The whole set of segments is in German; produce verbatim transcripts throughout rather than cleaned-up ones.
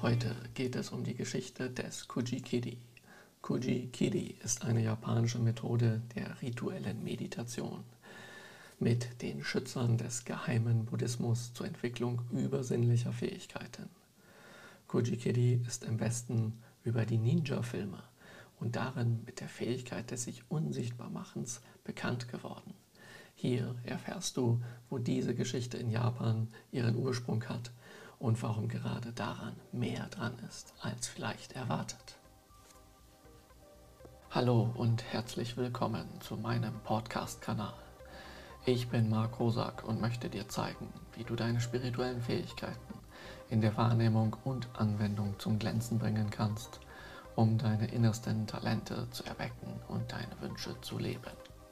Heute geht es um die Geschichte des Kuji-Kiri. Kuji-Kiri ist eine japanische Methode der rituellen Meditation mit den Schützern des geheimen Buddhismus zur Entwicklung übersinnlicher Fähigkeiten. Kuji-Kiri ist im Westen über die Ninja-Filme und darin mit der Fähigkeit des sich Unsichtbarmachens bekannt geworden. Hier erfährst du, wo diese Geschichte in Japan ihren Ursprung hat und warum gerade daran mehr dran ist, als vielleicht erwartet. Hallo und herzlich willkommen zu meinem Podcast-Kanal. Ich bin Marc Rosak und möchte dir zeigen, wie du deine spirituellen Fähigkeiten in der Wahrnehmung und Anwendung zum Glänzen bringen kannst, um deine innersten Talente zu erwecken und deine Wünsche zu leben.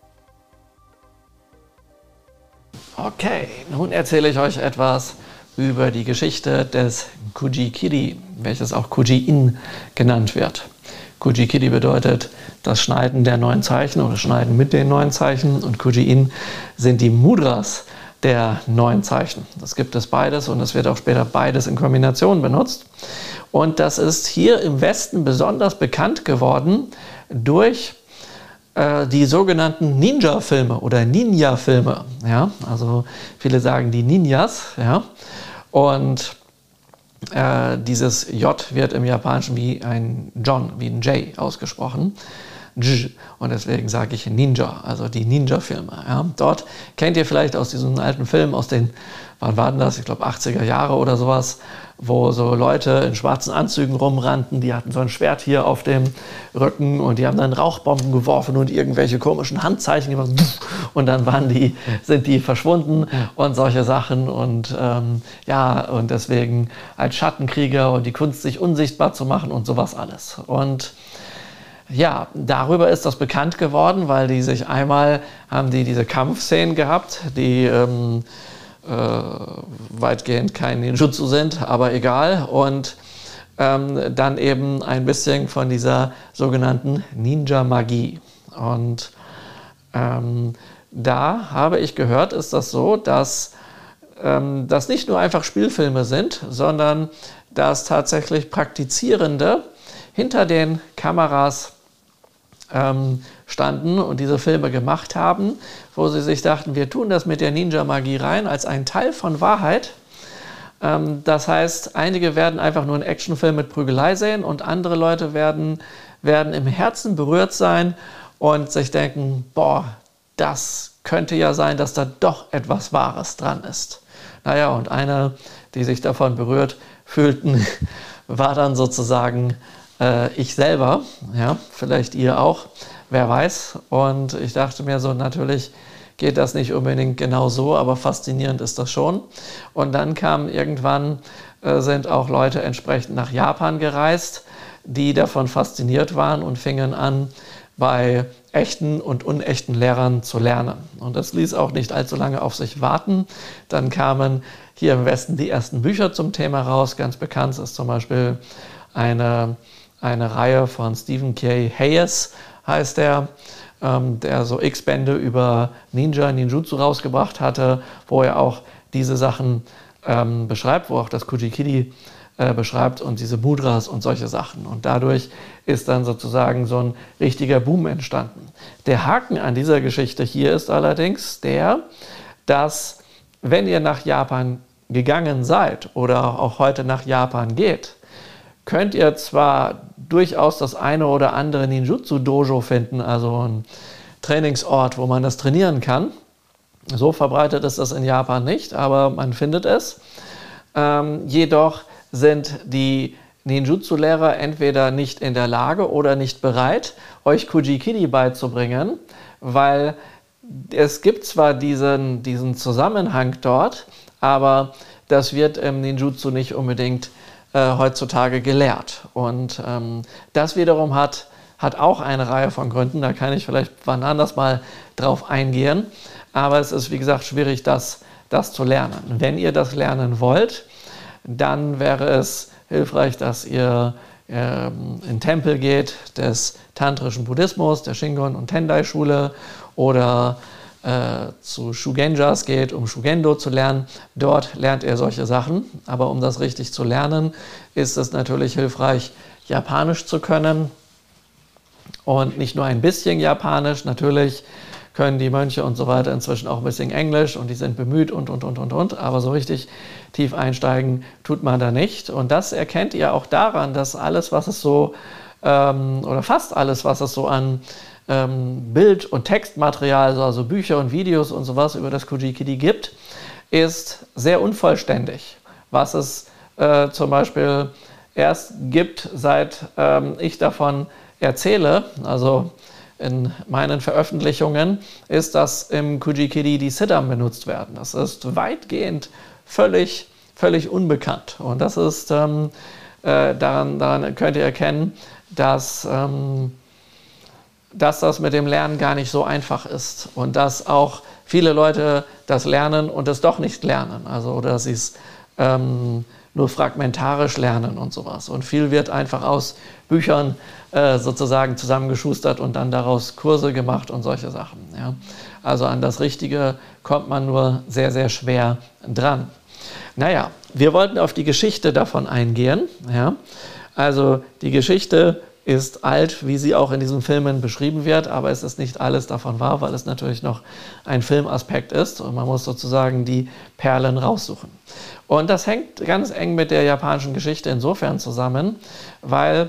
Okay, nun erzähle ich euch etwas über die Geschichte des Kuji-Kiri, welches auch Kuji-In genannt wird. Kuji-Kiri bedeutet das Schneiden der neun Zeichen oder Schneiden mit den neun Zeichen, und Kuji-In sind die Mudras der neun Zeichen. Das gibt es beides und es wird auch später beides in Kombination benutzt. Und das ist hier im Westen besonders bekannt geworden durch äh, die sogenannten Ninja-Filme oder Ninja-Filme. Ja? Also viele sagen die Ninjas. Ja? Und äh, dieses J wird im Japanischen wie ein John, wie ein J ausgesprochen. Und deswegen sage ich Ninja, also die Ninja-Filme. Ja. Dort kennt ihr vielleicht aus diesen alten Filmen, aus den, wann waren das, ich glaube achtziger Jahre oder sowas, wo so Leute in schwarzen Anzügen rumrannten, die hatten so ein Schwert hier auf dem Rücken und die haben dann Rauchbomben geworfen und irgendwelche komischen Handzeichen gemacht und dann waren die, sind die verschwunden und solche Sachen und ähm, ja, und deswegen als Schattenkrieger und die Kunst, sich unsichtbar zu machen und sowas alles. Und ja, darüber ist das bekannt geworden, weil die sich einmal, haben die diese Kampfszenen gehabt, die ähm, äh, weitgehend kein Ninjutsu sind, aber egal. Und ähm, dann eben ein bisschen von dieser sogenannten Ninja-Magie. Und ähm, da habe ich gehört, ist das so, dass ähm, das nicht nur einfach Spielfilme sind, sondern dass tatsächlich Praktizierende hinter den Kameras ähm, standen und diese Filme gemacht haben, wo sie sich dachten, wir tun das mit der Ninja-Magie rein als ein Teil von Wahrheit. Ähm, das heißt, einige werden einfach nur einen Actionfilm mit Prügelei sehen und andere Leute werden, werden im Herzen berührt sein und sich denken, boah, das könnte ja sein, dass da doch etwas Wahres dran ist. Naja, und eine, die sich davon berührt fühlten, war dann sozusagen ich selber, ja, vielleicht ihr auch, wer weiß. Und ich dachte mir so, natürlich geht das nicht unbedingt genau so, aber faszinierend ist das schon. Und dann kamen irgendwann, äh, sind auch Leute entsprechend nach Japan gereist, die davon fasziniert waren und fingen an, bei echten und unechten Lehrern zu lernen. Und das ließ auch nicht allzu lange auf sich warten. Dann kamen hier im Westen die ersten Bücher zum Thema raus. Ganz bekannt ist zum Beispiel eine Eine Reihe von Stephen K. Hayes, heißt er, ähm, der so x Bände über Ninja, Ninjutsu rausgebracht hatte, wo er auch diese Sachen ähm, beschreibt, wo auch das Kuji-Kiri äh, beschreibt und diese Mudras und solche Sachen. Und dadurch ist dann sozusagen so ein richtiger Boom entstanden. Der Haken an dieser Geschichte hier ist allerdings der, dass wenn ihr nach Japan gegangen seid oder auch heute nach Japan geht, könnt ihr zwar durchaus das eine oder andere Ninjutsu-Dojo finden, also ein Trainingsort, wo man das trainieren kann. So verbreitet ist das in Japan nicht, aber man findet es. Ähm, jedoch sind die Ninjutsu-Lehrer entweder nicht in der Lage oder nicht bereit, euch Kuji-Kiri beizubringen, weil es gibt zwar diesen, diesen Zusammenhang dort, aber das wird im Ninjutsu nicht unbedingt Äh, heutzutage gelehrt. Und ähm, das wiederum hat, hat auch eine Reihe von Gründen, da kann ich vielleicht wann anders mal drauf eingehen, aber es ist wie gesagt schwierig, das, das zu lernen. Wenn ihr das lernen wollt, dann wäre es hilfreich, dass ihr ähm, in den Tempel geht des tantrischen Buddhismus, der Shingon- und Tendai-Schule oder äh, zu Shugenjas geht, um Shugendo zu lernen. Dort lernt er solche Sachen. Aber um das richtig zu lernen, ist es natürlich hilfreich, Japanisch zu können. Und nicht nur ein bisschen Japanisch, natürlich können die Mönche und so weiter inzwischen auch ein bisschen Englisch und die sind bemüht und, und, und, und, und. Aber so richtig tief einsteigen tut man da nicht. Und das erkennt ihr auch daran, dass alles, was es so, ähm, oder fast alles, was es so an ähm, Bild- und Textmaterial, also Bücher und Videos und sowas über das Kuji-Kiddi gibt, ist sehr unvollständig. Was es äh, zum Beispiel erst gibt, seit ähm, ich davon erzähle, also in meinen Veröffentlichungen, ist, dass im Kuji-Kiddi die Siddham benutzt werden. Das ist weitgehend völlig, völlig unbekannt. Und das ist, ähm, äh, daran, daran könnt ihr erkennen, dass, ähm, dass das mit dem Lernen gar nicht so einfach ist. Und dass auch viele Leute das lernen und es doch nicht lernen. Also, oder dass sie es ähm, nur fragmentarisch lernen und sowas. Und viel wird einfach aus Büchern äh, sozusagen zusammengeschustert und dann daraus Kurse gemacht und solche Sachen. Ja. Also an das Richtige kommt man nur sehr, sehr schwer dran. Naja, wir wollten auf die Geschichte davon eingehen. Ja. Also die Geschichte ist alt, wie sie auch in diesen Filmen beschrieben wird, aber es ist nicht alles davon wahr, weil es natürlich noch ein Filmaspekt ist und man muss sozusagen die Perlen raussuchen. Und das hängt ganz eng mit der japanischen Geschichte insofern zusammen, weil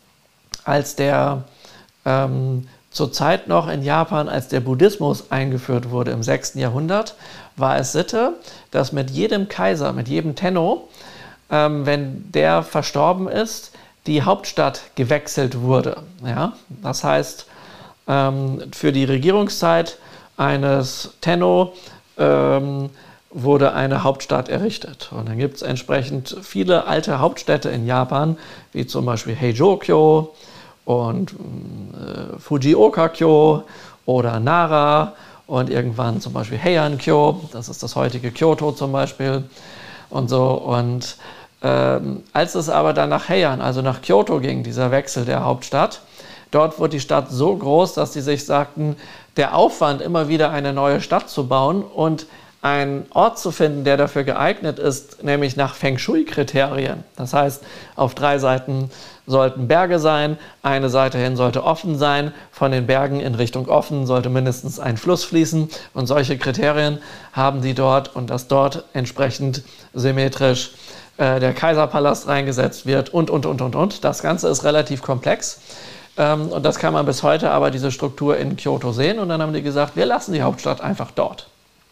als der ähm, zur Zeit noch in Japan, als der Buddhismus eingeführt wurde im sechsten Jahrhundert, war es Sitte, dass mit jedem Kaiser, mit jedem Tenno, ähm, wenn der verstorben ist, die Hauptstadt gewechselt wurde. Ja? Das heißt, ähm, für die Regierungszeit eines Tenno ähm, wurde eine Hauptstadt errichtet. Und dann gibt es entsprechend viele alte Hauptstädte in Japan, wie zum Beispiel Heijō-kyo und äh, Fujioka-kyo oder Nara und irgendwann zum Beispiel Heian-kyo, das ist das heutige Kyoto zum Beispiel und so. Und ähm, als es aber dann nach Heian, also nach Kyoto ging, dieser Wechsel der Hauptstadt, dort wurde die Stadt so groß, dass sie sich sagten, der Aufwand, immer wieder eine neue Stadt zu bauen und einen Ort zu finden, der dafür geeignet ist, nämlich nach Feng Shui-Kriterien. Das heißt, auf drei Seiten sollten Berge sein, eine Seite hin sollte offen sein, von den Bergen in Richtung offen sollte mindestens ein Fluss fließen und solche Kriterien haben die dort und dass dort entsprechend symmetrisch äh, der Kaiserpalast reingesetzt wird und, und, und, und, und. Das Ganze ist relativ komplex. Ähm, und das kann man bis heute aber diese Struktur in Kyoto sehen und dann haben die gesagt, wir lassen die Hauptstadt einfach dort.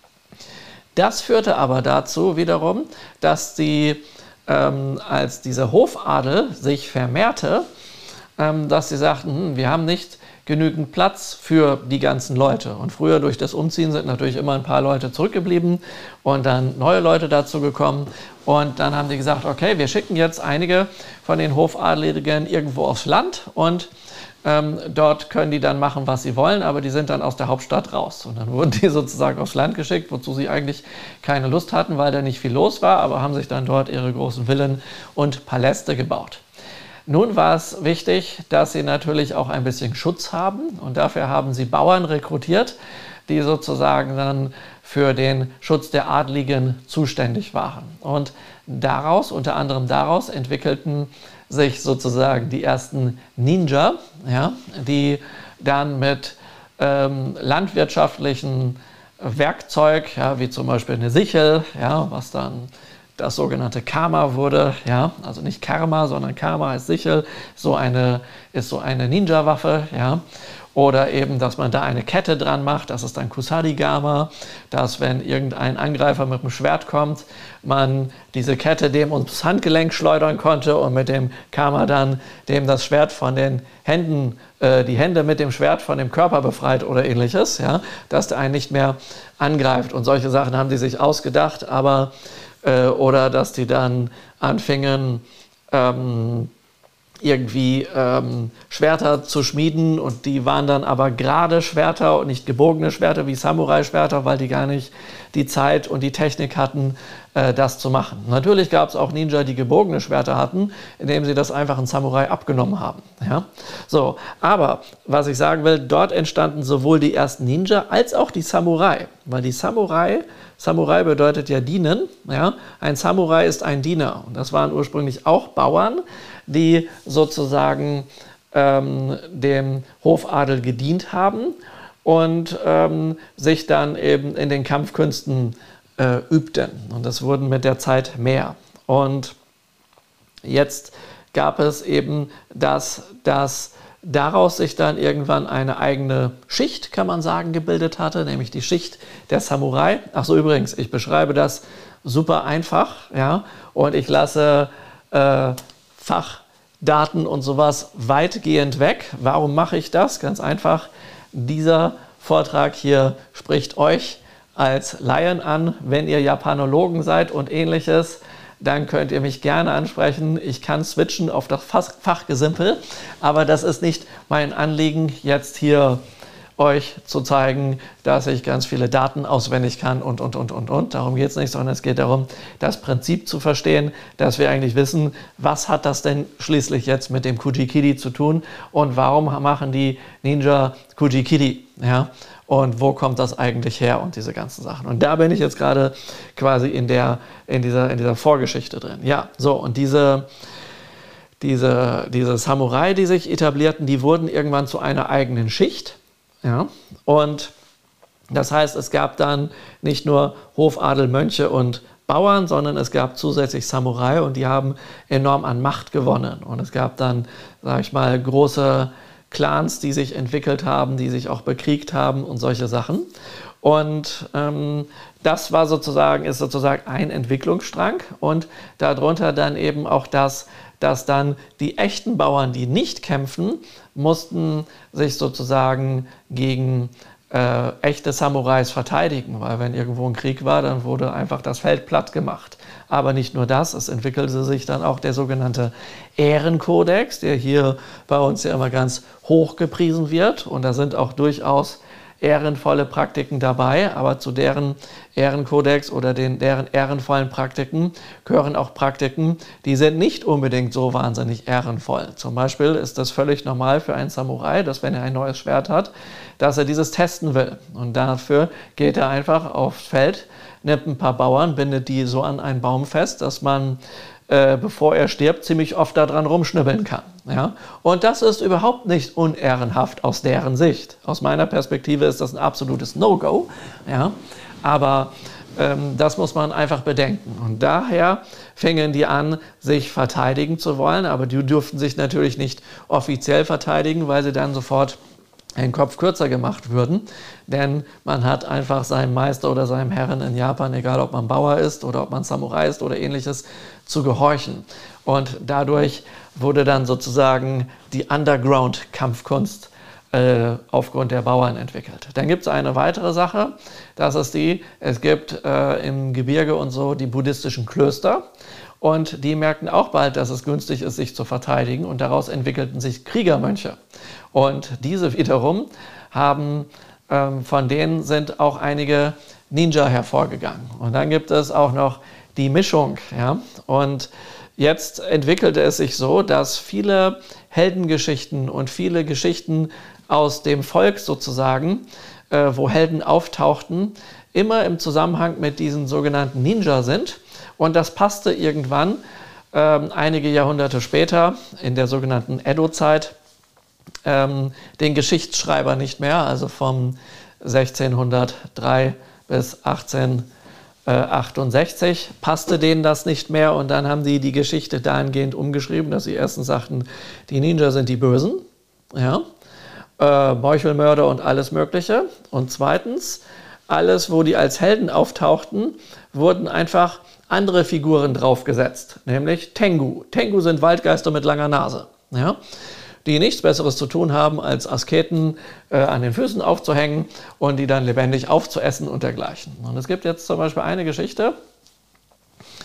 Das führte aber dazu wiederum, dass die, ähm, als dieser Hofadel sich vermehrte, ähm, dass sie sagten, hm, wir haben nicht genügend Platz für die ganzen Leute. Und früher durch das Umziehen sind natürlich immer ein paar Leute zurückgeblieben und dann neue Leute dazu gekommen. Und dann haben die gesagt, okay, wir schicken jetzt einige von den Hofadeligen irgendwo aufs Land und Ähm, dort können die dann machen, was sie wollen, aber die sind dann aus der Hauptstadt raus. Und dann wurden die sozusagen aufs Land geschickt, wozu sie eigentlich keine Lust hatten, weil da nicht viel los war, aber haben sich dann dort ihre großen Villen und Paläste gebaut. Nun war es wichtig, dass sie natürlich auch ein bisschen Schutz haben und dafür haben sie Bauern rekrutiert, die sozusagen dann für den Schutz der Adligen zuständig waren. Und daraus, unter anderem daraus, entwickelten sich sozusagen die ersten Ninja, ja, die dann mit ähm, landwirtschaftlichen Werkzeug, ja, wie zum Beispiel eine Sichel, ja, was dann das sogenannte Kama wurde, ja, also nicht Karma, sondern Kama heißt Sichel, so eine, ist so eine Ninja-Waffe, ja. Oder eben, dass man da eine Kette dran macht, das ist dann Kusarigama, dass wenn irgendein Angreifer mit dem Schwert kommt, man diese Kette dem ums Handgelenk schleudern konnte und mit dem Kama dann dem das Schwert von den Händen, äh, die Hände mit dem Schwert von dem Körper befreit oder ähnliches, ja, dass der einen nicht mehr angreift. Und solche Sachen haben die sich ausgedacht, aber äh, oder dass die dann anfingen, ähm, irgendwie ähm, Schwerter zu schmieden, und die waren dann aber gerade Schwerter und nicht gebogene Schwerter wie Samurai-Schwerter, weil die gar nicht die Zeit und die Technik hatten, äh, das zu machen. Natürlich gab es auch Ninja, die gebogene Schwerter hatten, indem sie das einfach einen Samurai abgenommen haben. Ja? So, aber was ich sagen will, dort entstanden sowohl die ersten Ninja als auch die Samurai, weil die Samurai, Samurai bedeutet ja dienen, ja? Ein Samurai ist ein Diener, und das waren ursprünglich auch Bauern, die sozusagen ähm, dem Hofadel gedient haben und ähm, sich dann eben in den Kampfkünsten äh, übten. Und das wurden mit der Zeit mehr. Und jetzt gab es eben das, dass daraus sich dann irgendwann eine eigene Schicht, kann man sagen, gebildet hatte, nämlich die Schicht der Samurai. Ach so, übrigens, ich beschreibe das super einfach, ja, und ich lasse äh, Fachdaten und sowas weitgehend weg. Warum mache ich das? Ganz einfach, dieser Vortrag hier spricht euch als Laien an. Wenn ihr Japanologen seid und ähnliches, dann könnt ihr mich gerne ansprechen. Ich kann switchen auf das Fachgesimpel, aber das ist nicht mein Anliegen, jetzt hier euch zu zeigen, dass ich ganz viele Daten auswendig kann und, und, und, und, und. Darum geht es nicht, sondern es geht darum, das Prinzip zu verstehen, dass wir eigentlich wissen, was hat das denn schließlich jetzt mit dem Kuji-Kiri zu tun und warum machen die Ninja Kuji-Kiri, ja? Und wo kommt das eigentlich her und diese ganzen Sachen. Und da bin ich jetzt gerade quasi in, der, in, dieser, in dieser Vorgeschichte drin. Ja, so, und diese... Diese, diese Samurai, die sich etablierten, die wurden irgendwann zu einer eigenen Schicht. Ja? Und das heißt, es gab dann nicht nur Hofadel, Mönche und Bauern, sondern es gab zusätzlich Samurai, und die haben enorm an Macht gewonnen. Und es gab dann, sage ich mal, große Clans, die sich entwickelt haben, die sich auch bekriegt haben und solche Sachen. Und ähm, das war sozusagen, ist sozusagen ein Entwicklungsstrang, und darunter dann eben auch das, dass dann die echten Bauern, die nicht kämpfen, mussten sich sozusagen gegen äh, echte Samurais verteidigen, weil wenn irgendwo ein Krieg war, dann wurde einfach das Feld platt gemacht. Aber nicht nur das, es entwickelte sich dann auch der sogenannte Ehrenkodex, der hier bei uns ja immer ganz hoch gepriesen wird, und da sind auch durchaus ehrenvolle Praktiken dabei, aber zu deren Ehrenkodex oder den, deren ehrenvollen Praktiken gehören auch Praktiken, die sind nicht unbedingt so wahnsinnig ehrenvoll. Zum Beispiel ist das völlig normal für einen Samurai, dass wenn er ein neues Schwert hat, dass er dieses testen will. Und dafür geht er einfach aufs Feld, nimmt ein paar Bauern, bindet die so an einen Baum fest, dass man, äh, bevor er stirbt, ziemlich oft daran rumschnibbeln kann. Ja? Und das ist überhaupt nicht unehrenhaft aus deren Sicht. Aus meiner Perspektive ist das ein absolutes No-Go. Ja? Aber ähm, das muss man einfach bedenken. Und daher fingen die an, sich verteidigen zu wollen. Aber die durften sich natürlich nicht offiziell verteidigen, weil sie dann sofort einen Kopf kürzer gemacht würden. Denn man hat einfach seinem Meister oder seinem Herren in Japan, egal ob man Bauer ist oder ob man Samurai ist oder ähnliches, zu gehorchen. Und dadurch wurde dann sozusagen die Underground-Kampfkunst äh, aufgrund der Bauern entwickelt. Dann gibt es eine weitere Sache, das ist die, es gibt äh, im Gebirge und so die buddhistischen Klöster, und die merkten auch bald, dass es günstig ist, sich zu verteidigen, und daraus entwickelten sich Kriegermönche. Und diese wiederum haben, ähm, von denen sind auch einige Ninja hervorgegangen. Und dann gibt es auch noch die Mischung, ja, und jetzt entwickelte es sich so, dass viele Heldengeschichten und viele Geschichten aus dem Volk sozusagen, äh, wo Helden auftauchten, immer im Zusammenhang mit diesen sogenannten Ninja sind. Und das passte irgendwann, ähm, einige Jahrhunderte später, in der sogenannten Edo-Zeit, ähm, den Geschichtsschreiber nicht mehr, also vom sechzehnhundertdrei bis achtzehnhundertachtundsechzig passte denen das nicht mehr, und dann haben die die Geschichte dahingehend umgeschrieben, dass sie erstens sagten, die Ninja sind die Bösen, ja, äh, Meuchelmörder und alles Mögliche, und zweitens, alles, wo die als Helden auftauchten, wurden einfach andere Figuren draufgesetzt, nämlich Tengu. Tengu sind Waldgeister mit langer Nase, ja, die nichts Besseres zu tun haben, als Asketen äh, an den Füßen aufzuhängen und die dann lebendig aufzuessen und dergleichen. Und es gibt jetzt zum Beispiel eine Geschichte,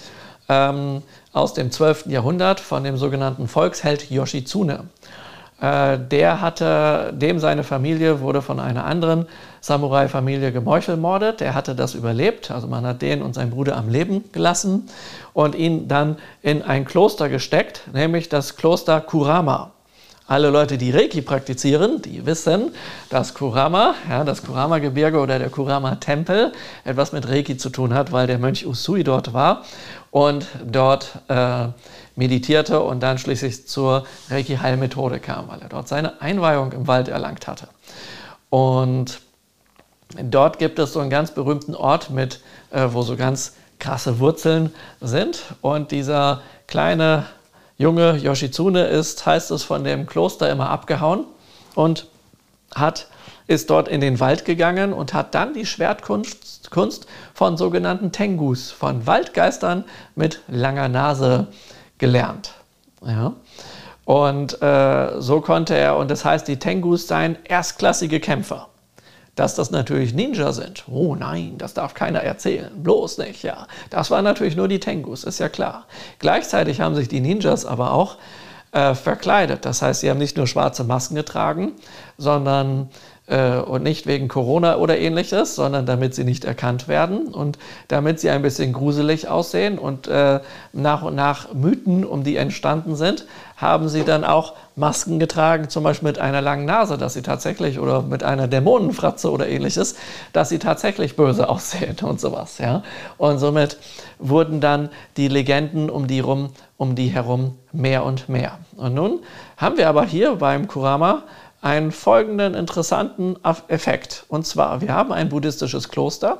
ähm, aus dem zwölften Jahrhundert von dem sogenannten Volksheld Yoshitsune. Äh, der hatte, dem seine Familie wurde von einer anderen Samurai-Familie gemeuchelmordet. Der hatte das überlebt, also man hat den und seinen Bruder am Leben gelassen und ihn dann in ein Kloster gesteckt, nämlich das Kloster Kurama. Alle Leute, die Reiki praktizieren, die wissen, dass Kurama, ja, das Kurama-Gebirge oder der Kurama-Tempel etwas mit Reiki zu tun hat, weil der Mönch Usui dort war und dort äh, meditierte und dann schließlich zur Reiki-Heilmethode kam, weil er dort seine Einweihung im Wald erlangt hatte. Und dort gibt es so einen ganz berühmten Ort, mit, äh, wo so ganz krasse Wurzeln sind. Und dieser kleine junge Yoshitsune ist, heißt es, von dem Kloster immer abgehauen und hat, ist dort in den Wald gegangen und hat dann die Schwertkunst Kunst von sogenannten Tengus, von Waldgeistern mit langer Nase gelernt. Ja. Und äh, so konnte er, und das heißt, die Tengus seien erstklassige Kämpfer. Dass das natürlich Ninja sind, oh nein, das darf keiner erzählen, bloß nicht, ja. Das waren natürlich nur die Tengus, ist ja klar. Gleichzeitig haben sich die Ninjas aber auch äh, verkleidet. Das heißt, sie haben nicht nur schwarze Masken getragen, sondern äh, und nicht wegen Corona oder ähnliches, sondern damit sie nicht erkannt werden und damit sie ein bisschen gruselig aussehen. Und äh, nach und nach Mythen, um die entstanden sind, haben sie dann auch Masken getragen, zum Beispiel mit einer langen Nase, dass sie tatsächlich, oder mit einer Dämonenfratze oder ähnliches, dass sie tatsächlich böse aussehen und sowas. Ja? Und somit wurden dann die Legenden um die, rum, um die herum mehr und mehr. Und nun haben wir aber hier beim Kurama einen folgenden interessanten Effekt. Und zwar, wir haben ein buddhistisches Kloster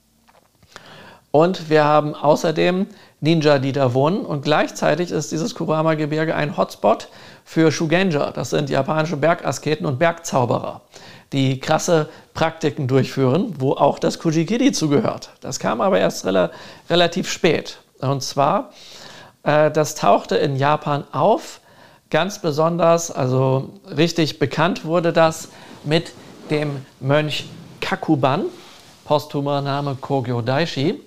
und wir haben außerdem Ninja, die da wohnen. Und gleichzeitig ist dieses Kurama-Gebirge ein Hotspot für Shugenja. Das sind japanische Bergasketen und Bergzauberer, die krasse Praktiken durchführen, wo auch das Kuji-Kiri zugehört. Das kam aber erst rela relativ spät. Und zwar, äh, das tauchte in Japan auf, ganz besonders, also richtig bekannt wurde das mit dem Mönch Kakuban, posthumer Name Kogyo Daishi,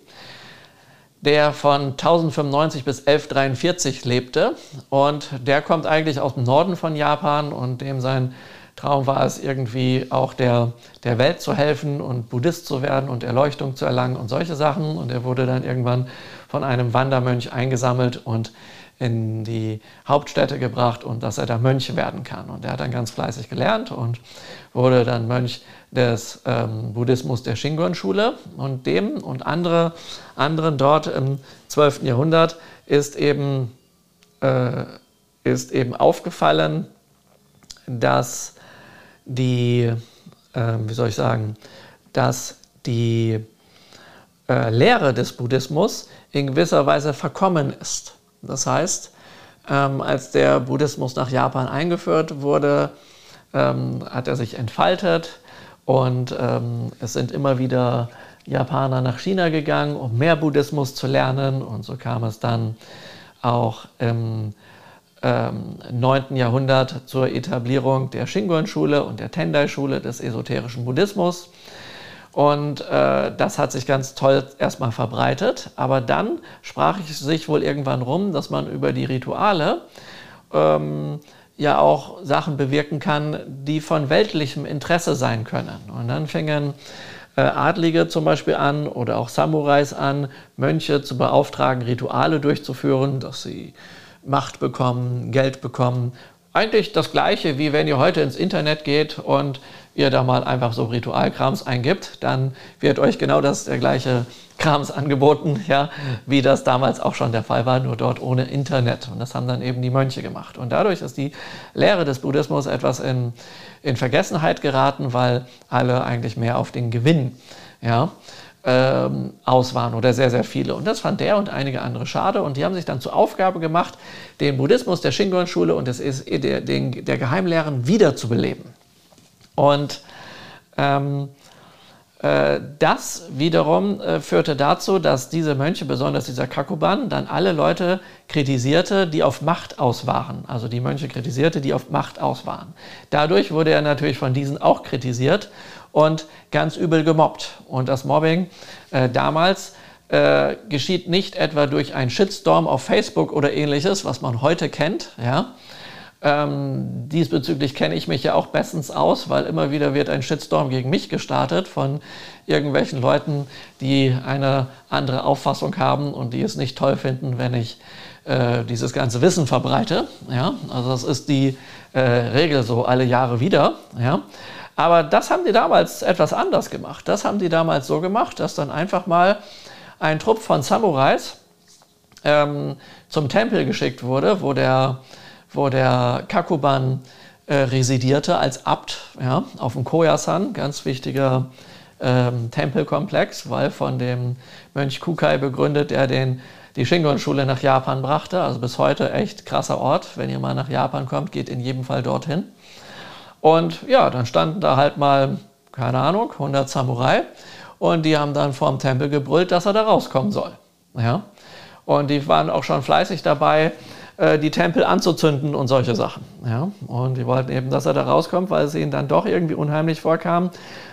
der von tausendfünfundneunzig bis elfhundertdreiundvierzig lebte. Und der kommt eigentlich aus dem Norden von Japan und dem sein Traum war es, irgendwie auch der, der Welt zu helfen und Buddhist zu werden und Erleuchtung zu erlangen und solche Sachen. Und er wurde dann irgendwann von einem Wandermönch eingesammelt und in die Hauptstädte gebracht und dass er da Mönch werden kann. Und er hat dann ganz fleißig gelernt und wurde dann Mönch des ähm, Buddhismus der Shingon-Schule. Und dem und andere, anderen dort im zwölften Jahrhundert ist eben, äh, ist eben aufgefallen, dass die, äh, wie soll ich sagen, dass die äh, Lehre des Buddhismus in gewisser Weise verkommen ist. Das heißt, ähm, als der Buddhismus nach Japan eingeführt wurde, ähm, hat er sich entfaltet und ähm, es sind immer wieder Japaner nach China gegangen, um mehr Buddhismus zu lernen. Und so kam es dann auch im ähm, neunten Jahrhundert zur Etablierung der Shingon-Schule und der Tendai-Schule des esoterischen Buddhismus. Und äh, das hat sich ganz toll erstmal verbreitet, aber dann sprach es sich wohl irgendwann rum, dass man über die Rituale ähm, ja auch Sachen bewirken kann, die von weltlichem Interesse sein können. Und dann fingen äh, Adlige zum Beispiel an oder auch Samurais an, Mönche zu beauftragen, Rituale durchzuführen, dass sie Macht bekommen, Geld bekommen. Eigentlich das Gleiche, wie wenn ihr heute ins Internet geht und ihr da mal einfach so Ritualkrams eingibt, dann wird euch genau das der gleiche Krams angeboten, ja, wie das damals auch schon der Fall war, nur dort ohne Internet. Und das haben dann eben die Mönche gemacht. Und dadurch ist die Lehre des Buddhismus etwas in, in Vergessenheit geraten, weil alle eigentlich mehr auf den Gewinn, ja, ähm, aus waren oder sehr, sehr viele. Und das fand der und einige andere schade. Und die haben sich dann zur Aufgabe gemacht, den Buddhismus der Shingon-Schule und des, der, den, der Geheimlehren wiederzubeleben. Und ähm, äh, das wiederum äh, führte dazu, dass diese Mönche, besonders dieser Kakuban, dann alle Leute kritisierte, die auf Macht aus waren. Also die Mönche kritisierte, die auf Macht aus waren. Dadurch wurde er natürlich von diesen auch kritisiert und ganz übel gemobbt. Und das Mobbing äh, damals äh, geschieht nicht etwa durch einen Shitstorm auf Facebook oder ähnliches, was man heute kennt. Ja? Ähm, diesbezüglich kenne ich mich ja auch bestens aus, weil immer wieder wird ein Shitstorm gegen mich gestartet von irgendwelchen Leuten, die eine andere Auffassung haben und die es nicht toll finden, wenn ich äh, dieses ganze Wissen verbreite. Ja? Also das ist die äh, Regel so alle Jahre wieder. Ja? Aber das haben die damals etwas anders gemacht. Das haben die damals so gemacht, dass dann einfach mal ein Trupp von Samurais ähm, zum Tempel geschickt wurde, wo der, wo der Kakuban äh, residierte als Abt, ja, auf dem Koyasan, ganz wichtiger ähm, Tempelkomplex, weil von dem Mönch Kukai begründet, der den, die Shingon-Schule nach Japan brachte. Also bis heute echt krasser Ort. Wenn ihr mal nach Japan kommt, geht in jedem Fall dorthin. Und ja, dann standen da halt mal, keine Ahnung, hundert Samurai. Und die haben dann vorm Tempel gebrüllt, dass er da rauskommen soll. Ja? Und die waren auch schon fleißig dabei, die Tempel anzuzünden und solche Sachen. Ja? Und die wollten eben, dass er da rauskommt, weil es ihnen dann doch irgendwie unheimlich vorkam,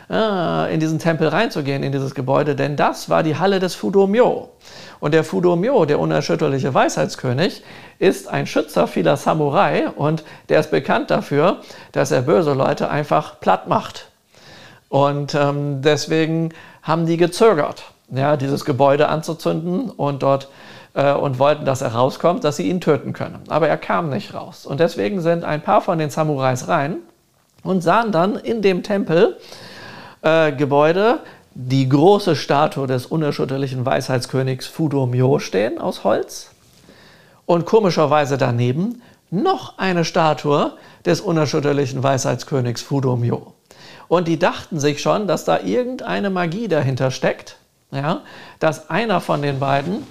in diesen Tempel reinzugehen, in dieses Gebäude. Denn das war die Halle des Fudomyo. Und der Fudomyo, der unerschütterliche Weisheitskönig, ist ein Schützer vieler Samurai. Und der ist bekannt dafür, dass er böse Leute einfach platt macht. Und ähm, deswegen haben die gezögert, ja, dieses Gebäude anzuzünden und dort äh, und wollten, dass er rauskommt, dass sie ihn töten können. Aber er kam nicht raus. Und deswegen sind ein paar von den Samurais rein und sahen dann in dem Tempelgebäude äh, Gebäude die große Statue des unerschütterlichen Weisheitskönigs Fudomyo stehen aus Holz und komischerweise daneben noch eine Statue des unerschütterlichen Weisheitskönigs Fudomyo. Und die dachten sich schon, dass da irgendeine Magie dahinter steckt, ja, dass einer von den beiden,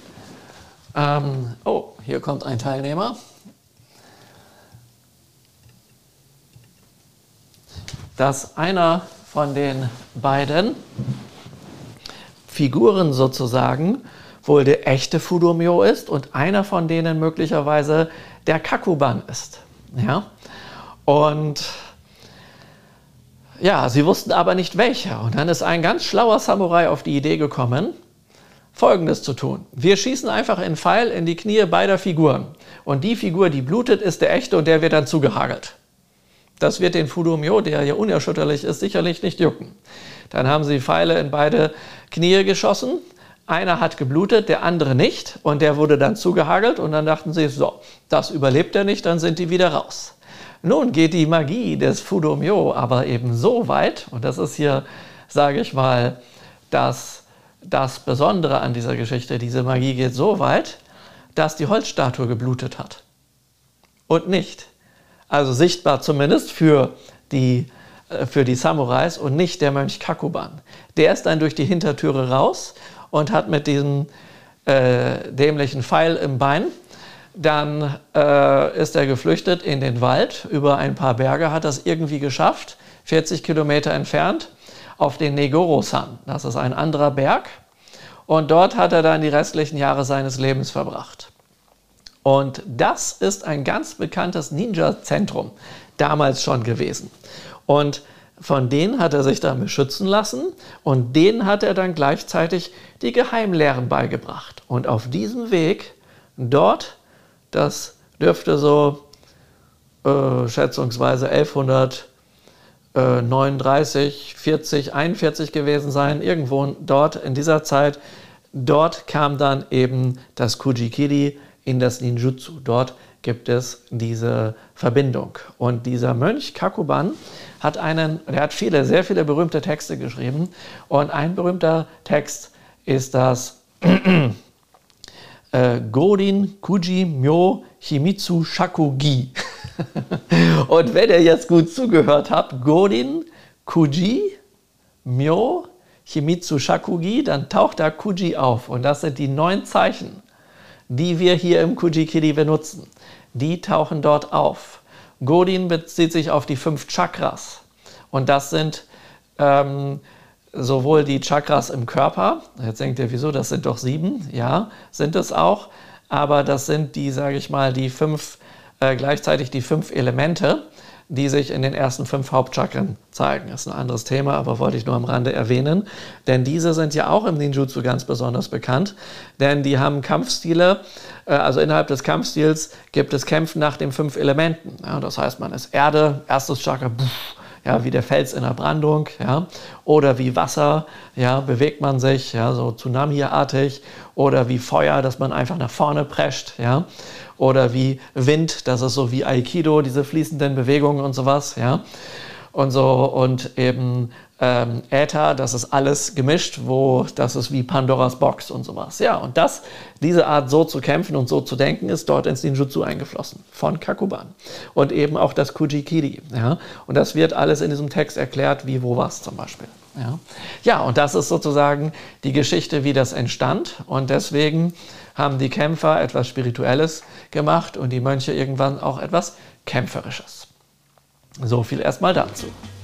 ähm, oh, hier kommt ein Teilnehmer, dass einer von den beiden Figuren sozusagen wohl der echte Fudomyo ist und einer von denen möglicherweise der Kakuban ist. Ja? Und ja, sie wussten aber nicht welcher. Und dann ist ein ganz schlauer Samurai auf die Idee gekommen, Folgendes zu tun. Wir schießen einfach einen Pfeil in die Knie beider Figuren. Und die Figur, die blutet, ist der echte und der wird dann zugehagelt. Das wird den Fudomyo, der ja unerschütterlich ist, sicherlich nicht jucken. Dann haben sie Pfeile in beide Knie geschossen. Einer hat geblutet, der andere nicht. Und der wurde dann zugehagelt. Und dann dachten sie, so, das überlebt er nicht, dann sind die wieder raus. Nun geht die Magie des Fudomyo aber eben so weit, und das ist hier, sage ich mal, das, das Besondere an dieser Geschichte, diese Magie geht so weit, dass die Holzstatue geblutet hat. Und nicht, also sichtbar zumindest für die, für die Samurais und nicht der Mönch Kakuban. Der ist dann durch die Hintertüre raus und hat mit diesem äh, dämlichen Pfeil im Bein, dann äh, ist er geflüchtet in den Wald, über ein paar Berge, hat das irgendwie geschafft, vierzig Kilometer entfernt, auf den Negoro-san. Das ist ein anderer Berg. Und dort hat er dann die restlichen Jahre seines Lebens verbracht. Und das ist ein ganz bekanntes Ninja-Zentrum, damals schon gewesen. Und von denen hat er sich dann beschützen lassen und denen hat er dann gleichzeitig die Geheimlehren beigebracht. Und auf diesem Weg dort, das dürfte so äh, schätzungsweise elfhundertneununddreißig, vierzig, einundvierzig gewesen sein, irgendwo dort in dieser Zeit. Dort kam dann eben das Kuji-Kiri in das Ninjutsu. Dort gibt es diese Verbindung. Und dieser Mönch Kakuban hat einen, der hat viele, sehr viele berühmte Texte geschrieben. Und ein berühmter Text ist das äh, Gorin Kuji Myo Himitsu Shakugi. Und wenn ihr jetzt gut zugehört habt, Gorin Kuji Myo Himitsu Shakugi, dann taucht da Kuji auf. Und das sind die neun Zeichen, die wir hier im Kuji-Kiri benutzen. Die tauchen dort auf. Gorin bezieht sich auf die fünf Chakras. Und das sind ähm, sowohl die Chakras im Körper, jetzt denkt ihr, wieso, das sind doch sieben, ja, sind es auch, aber das sind die, sage ich mal, die fünf, äh, gleichzeitig die fünf Elemente, die sich in den ersten fünf Hauptchakren zeigen. Das ist ein anderes Thema, aber wollte ich nur am Rande erwähnen. Denn diese sind ja auch im Ninjutsu ganz besonders bekannt. Denn die haben Kampfstile, also innerhalb des Kampfstils gibt es Kämpfen nach den fünf Elementen. Ja, das heißt, man ist Erde, erstes Chakra, ja, wie der Fels in der Brandung, ja, oder wie Wasser, ja, bewegt man sich, ja, so Tsunami-artig, oder wie Feuer, dass man einfach nach vorne prescht, ja, oder wie Wind, das ist so wie Aikido, diese fließenden Bewegungen und sowas, ja, und so, und eben ähm, Äther, das ist alles gemischt, wo das ist wie Pandoras Box und sowas, ja, und das, diese Art so zu kämpfen und so zu denken, ist dort ins Ninjutsu eingeflossen, von Kakuban, und eben auch das Kuji-Kiri, ja, und das wird alles in diesem Text erklärt, wie, wo, was zum Beispiel, ja, ja, und das ist sozusagen die Geschichte, wie das entstand, und deswegen haben die Kämpfer etwas Spirituelles gemacht und die Mönche irgendwann auch etwas Kämpferisches. So viel erstmal dazu.